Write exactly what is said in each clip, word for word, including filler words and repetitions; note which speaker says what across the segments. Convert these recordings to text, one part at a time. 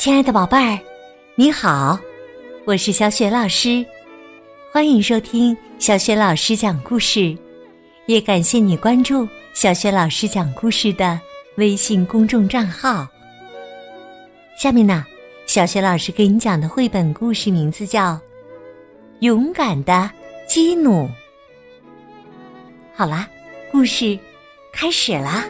Speaker 1: 亲爱的宝贝儿，你好，我是小雪老师，欢迎收听小雪老师讲故事，也感谢你关注小雪老师讲故事的微信公众账号。下面呢，小雪老师给你讲的绘本故事名字叫《勇敢的基努》。好啦，故事开始啦。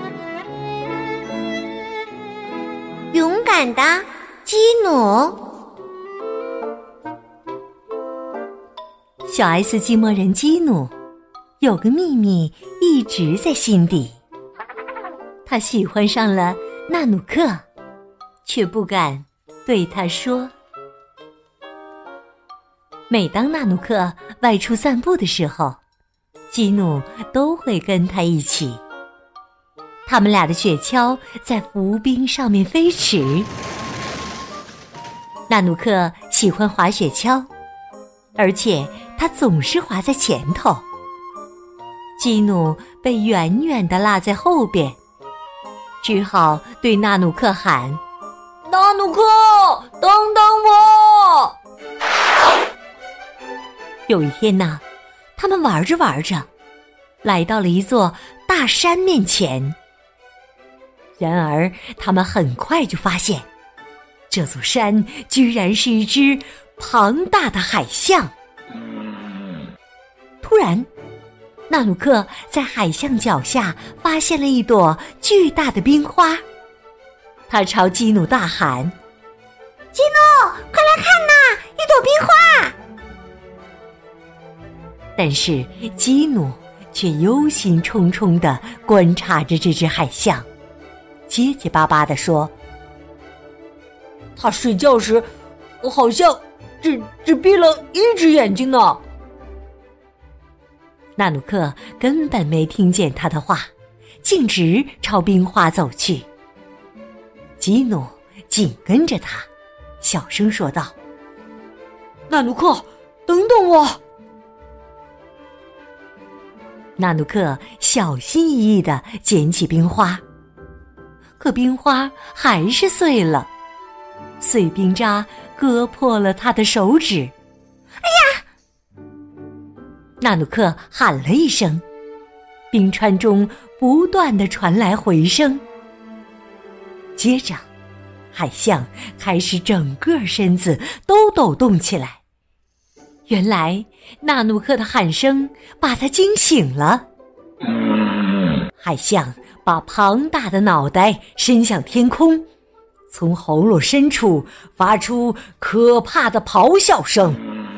Speaker 1: 勇敢的基努。小 S 寂寞人基努有个秘密一直在心底，他喜欢上了纳努克，却不敢对他说。每当纳努克外出散步的时候，基努都会跟他一起。他们俩的雪橇在浮冰上面飞驰。纳努克喜欢滑雪橇，而且他总是滑在前头。基努被远远地落在后边，只好对纳努克喊：纳努克，等等我！有一天呢，他们玩着玩着，来到了一座大山面前。然而他们很快就发现，这座山居然是一只庞大的海象。突然，纳努克在海象脚下发现了一朵巨大的冰花，他朝基努大喊：基努，快来看呐，一朵冰花！但是基努却忧心忡忡地观察着这只海象，结结巴巴地说：他睡觉时好像只只闭了一只眼睛呢。纳努克根本没听见他的话，径直朝冰花走去。基努紧跟着他，小声说道：纳努克，等等我！纳努克小心翼翼地捡起冰花，可冰花还是碎了，碎冰渣割破了他的手指。哎呀！纳努克喊了一声，冰川中不断地传来回声。接着，海象开始整个身子都抖动起来。原来纳努克的喊声把他惊醒了。海象把庞大的脑袋伸向天空，从喉咙深处发出可怕的咆哮声。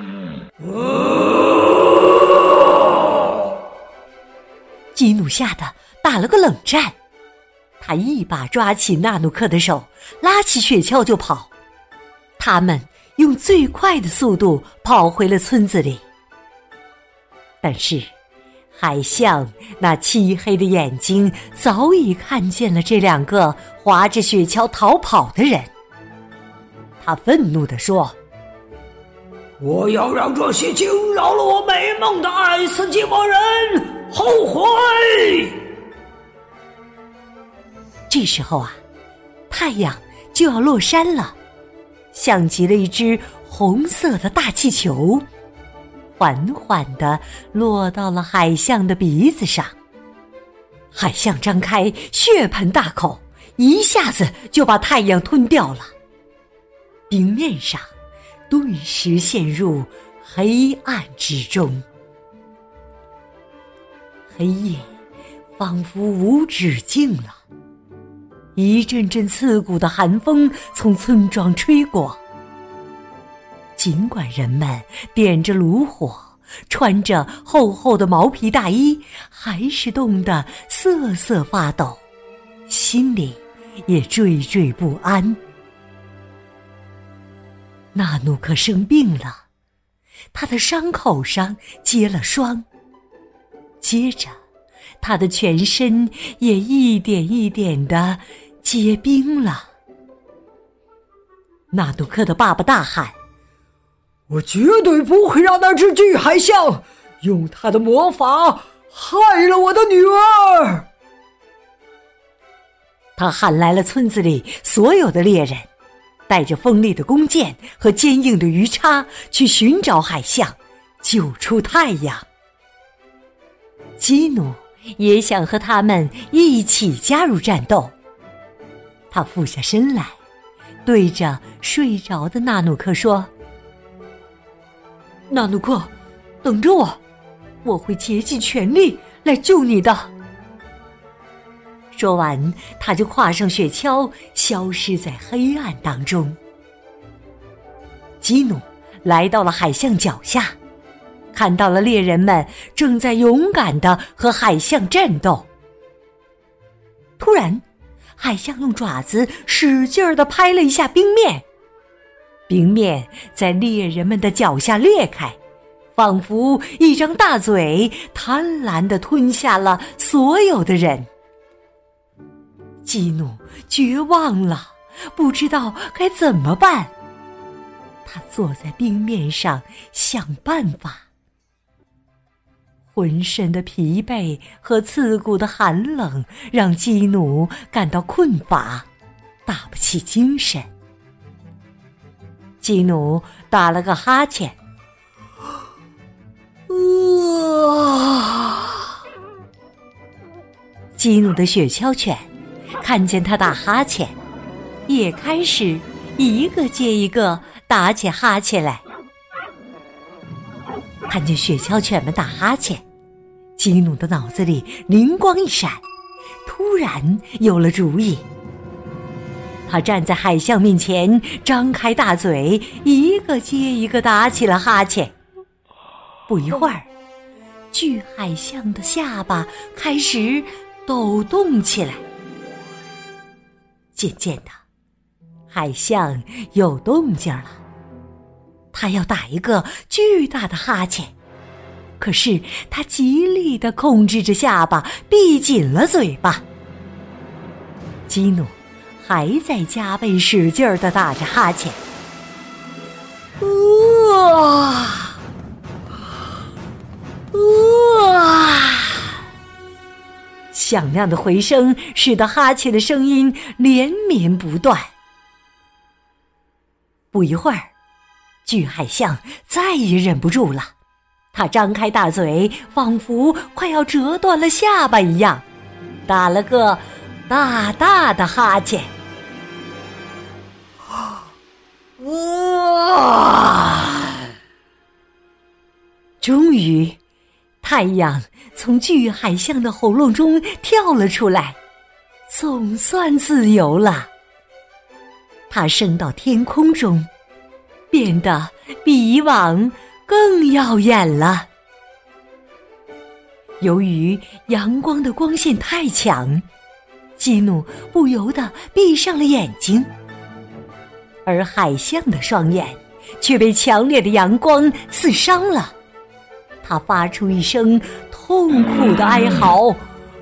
Speaker 1: 基努吓得打了个冷战，他一把抓起纳努克的手，拉起雪橇就跑。他们用最快的速度跑回了村子里。但是海象那漆黑的眼睛早已看见了这两个划着雪橇逃跑的人。他愤怒地说：我要让这些惊扰了我美梦的爱斯基摩人后悔。这时候啊，太阳就要落山了，像极了一只红色的大气球，缓缓地落到了海象的鼻子上。海象张开血盆大口，一下子就把太阳吞掉了。冰面上顿时陷入黑暗之中，黑夜仿佛无止境了。一阵阵刺骨的寒风从村庄吹过，尽管人们点着炉火，穿着厚厚的毛皮大衣，还是冻得瑟瑟发抖，心里也惴惴不安。纳努克生病了，他的伤口上结了霜，接着他的全身也一点一点地结冰了。纳努克的爸爸大喊：我绝对不会让那只巨海象用他的魔法害了我的女儿。他喊来了村子里所有的猎人， 带着锋利的弓箭和坚硬的鱼叉去寻找海象，救出太阳。基努也想和他们一起加入战斗。他俯下身来，对着睡着的纳努克说：纳努克，等着我，我会竭尽全力来救你的。说完，他就跨上雪橇，消失在黑暗当中。基努来到了海象脚下，看到了猎人们正在勇敢地和海象战斗。突然，海象用爪子使劲儿地拍了一下冰面，冰面在猎人们的脚下裂开，仿佛一张大嘴贪婪地吞下了所有的人。基努绝望了，不知道该怎么办。他坐在冰面上想办法。浑身的疲惫和刺骨的寒冷让基努感到困乏，打不起精神。基努打了个哈欠，呃、基努的雪橇犬看见他打哈欠，也开始一个接一个打起哈欠来。看见雪橇犬们打哈欠，基努的脑子里灵光一闪，突然有了主意。他站在海象面前，张开大嘴，一个接一个打起了哈欠。不一会儿，巨海象的下巴开始抖动起来。渐渐的，海象有动静了，他要打一个巨大的哈欠，可是他极力地控制着下巴，闭紧了嘴巴。基努还在加倍使劲地打着哈欠。啊啊！响亮的回声使得哈欠的声音连绵不断。不一会儿，巨海象再也忍不住了，他张开大嘴，仿佛快要折断了下巴一样，打了个大大的哈欠。哇！终于，太阳从巨海象的喉咙中跳了出来，总算自由了。它升到天空中，变得比以往更耀眼了。由于阳光的光线太强，基努不由得闭上了眼睛，而海象的双眼却被强烈的阳光刺伤了。他发出一声痛苦的哀嚎，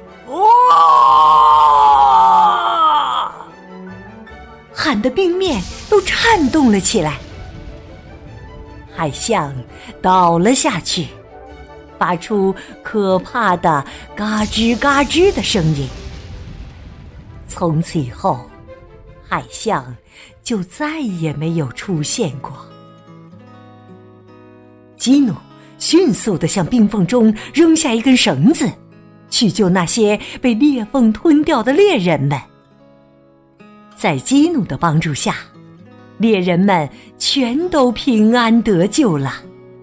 Speaker 1: 哇！喊得冰面都颤动了起来。海象倒了下去，发出可怕的嘎吱嘎吱的声音。从此以后，海象就再也没有出现过。基努迅速地向冰缝中扔下一根绳子，去救那些被裂缝吞掉的猎人们。在基努的帮助下，猎人们全都平安得救了。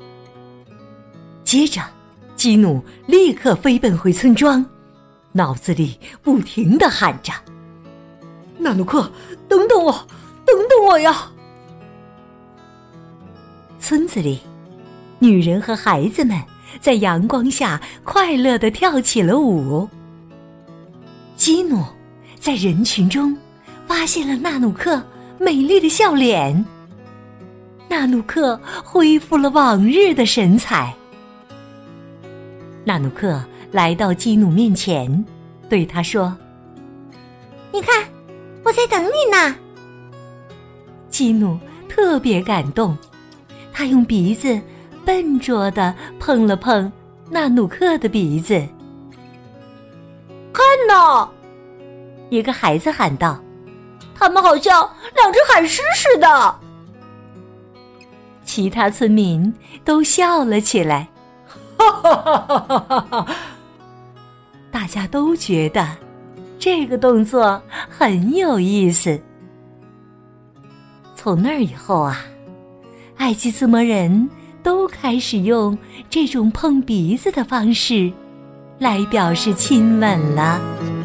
Speaker 1: 接着，基努立刻飞奔回村庄，脑子里不停地喊着：“纳努克，等等我，等等我呀！”村子里，女人和孩子们在阳光下快乐地跳起了舞。基努在人群中发现了纳努克美丽的笑脸，纳努克恢复了往日的神采。纳努克来到基努面前，对他说：“你看，我在等你呢。”基努特别感动，他用鼻子笨拙地碰了碰纳努克的鼻子。“看呐！”一个孩子喊道，“ 他们好像两只海狮似的。其他村民都笑了起来，哈哈哈哈哈哈！大家都觉得这个动作很有意思。从那儿以后啊，爱基斯摩人都开始用这种碰鼻子的方式来表示亲吻了。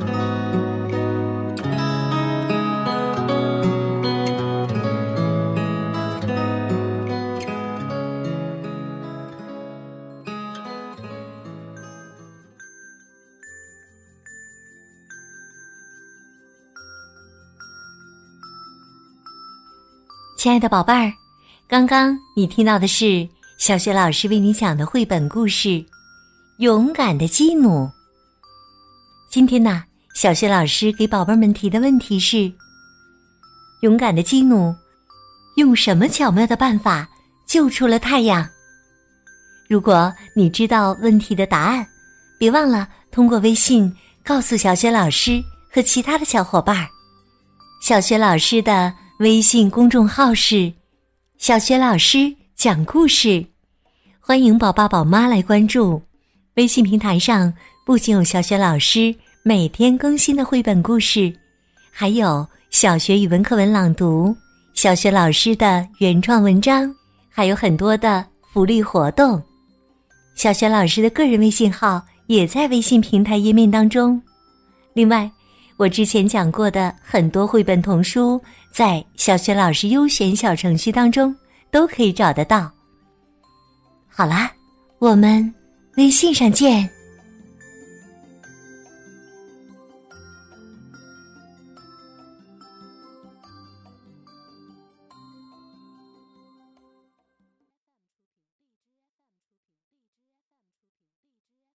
Speaker 1: 亲爱的宝贝儿，刚刚你听到的是小雪老师为你讲的绘本故事《勇敢的基努》。今天呢，小雪老师给宝贝们提的问题是：勇敢的基努用什么巧妙的办法救出了太阳？如果你知道问题的答案，别忘了通过微信告诉小雪老师和其他的小伙伴。小雪老师的微信公众号是小雪老师讲故事，欢迎宝爸宝妈来关注。微信平台上不仅有小雪老师每天更新的绘本故事，还有小学语文课文朗读，小雪老师的原创文章，还有很多的福利活动。小雪老师的个人微信号也在微信平台页面当中。另外，我之前讲过的很多绘本童书，在小雪老师优选小程序当中都可以找得到。好啦，我们微信上见。